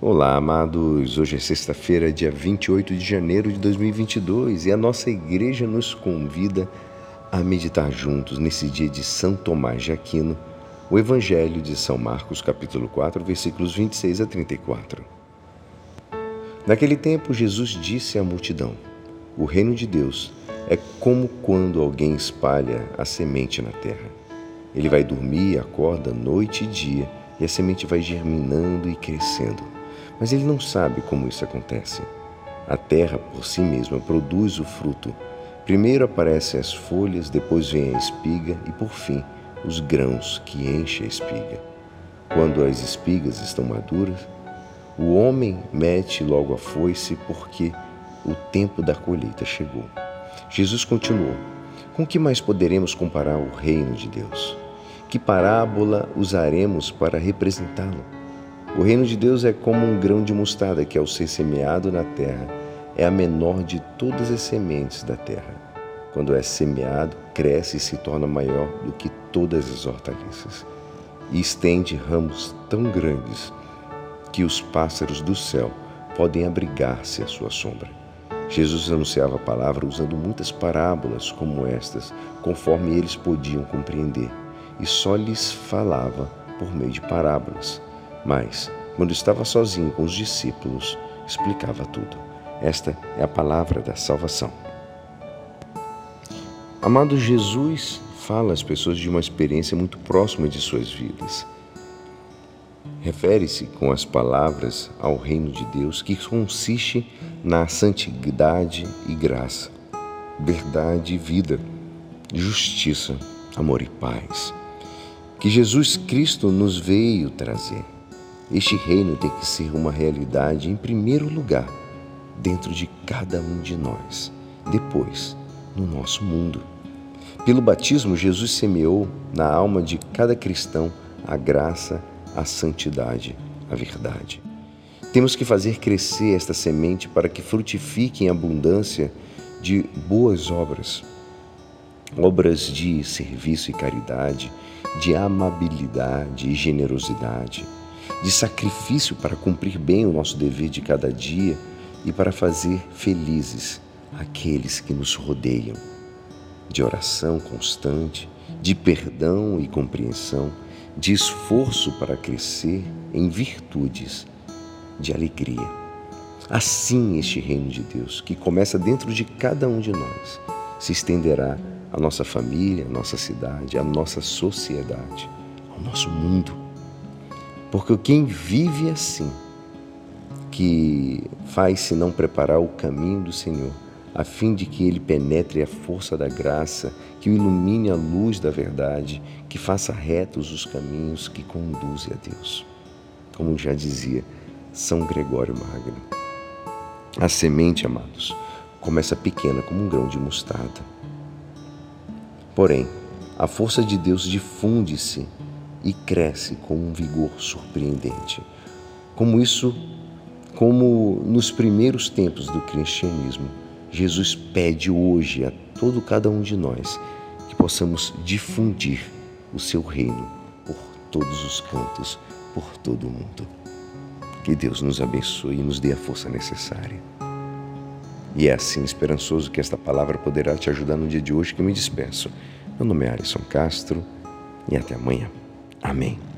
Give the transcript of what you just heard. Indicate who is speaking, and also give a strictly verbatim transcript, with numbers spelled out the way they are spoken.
Speaker 1: Olá, amados. Hoje é sexta-feira, dia vinte e oito de janeiro de dois mil e vinte e dois, e a nossa igreja nos convida a meditar juntos nesse dia de São Tomás de Aquino, o Evangelho de São Marcos, capítulo quatro, versículos vinte e seis a trinta e quatro. Naquele tempo, Jesus disse à multidão: o reino de Deus é como quando alguém espalha a semente na terra. Ele vai dormir e acorda noite e dia, e a semente vai germinando e crescendo. Mas ele não sabe como isso acontece. A terra, por si mesma, produz o fruto. Primeiro aparecem as folhas, depois vem a espiga e, por fim, os grãos que enchem a espiga. Quando as espigas estão maduras, o homem mete logo a foice, porque o tempo da colheita chegou. Jesus continuou: com que mais poderemos comparar o reino de Deus? Que parábola usaremos para representá-lo? O reino de Deus é como um grão de mostarda que, ao ser semeado na terra, é a menor de todas as sementes da terra. Quando é semeado, cresce e se torna maior do que todas as hortaliças, e estende ramos tão grandes que os pássaros do céu podem abrigar-se à sua sombra. Jesus anunciava a palavra usando muitas parábolas como estas, conforme eles podiam compreender, e só lhes falava por meio de parábolas. Mas, quando estava sozinho com os discípulos, explicava tudo. Esta é a palavra da salvação. Amado, Jesus fala às pessoas de uma experiência muito próxima de suas vidas. Refere-se com as palavras ao reino de Deus, que consiste na santidade e graça, verdade e vida, justiça, amor e paz, que Jesus Cristo nos veio trazer. Este reino tem que ser uma realidade, em primeiro lugar, dentro de cada um de nós, depois, no nosso mundo. Pelo batismo, Jesus semeou na alma de cada cristão a graça, a santidade, a verdade. Temos que fazer crescer esta semente para que frutifique em abundância de boas obras, obras de serviço e caridade, de amabilidade e generosidade, de sacrifício para cumprir bem o nosso dever de cada dia e para fazer felizes aqueles que nos rodeiam, de oração constante, de perdão e compreensão, de esforço para crescer em virtudes, de alegria. Assim, este reino de Deus, que começa dentro de cada um de nós, se estenderá à nossa família, à nossa cidade, à nossa sociedade, ao nosso mundo. Porque quem vive assim, que faz senão preparar o caminho do Senhor, a fim de que ele penetre a força da graça, que o ilumine a luz da verdade, que faça retos os caminhos que conduzem a Deus. Como já dizia São Gregório Magno, a semente, amados, começa pequena como um grão de mostarda. Porém, a força de Deus difunde-se e cresce com um vigor surpreendente. Como isso, como nos primeiros tempos do cristianismo, Jesus pede hoje a todo cada um de nós que possamos difundir o seu reino por todos os cantos, por todo o mundo. Que Deus nos abençoe e nos dê a força necessária. E é assim, esperançoso, que esta palavra poderá te ajudar no dia de hoje, que eu me despeço. Meu nome é Alisson Castro e até amanhã. Amém.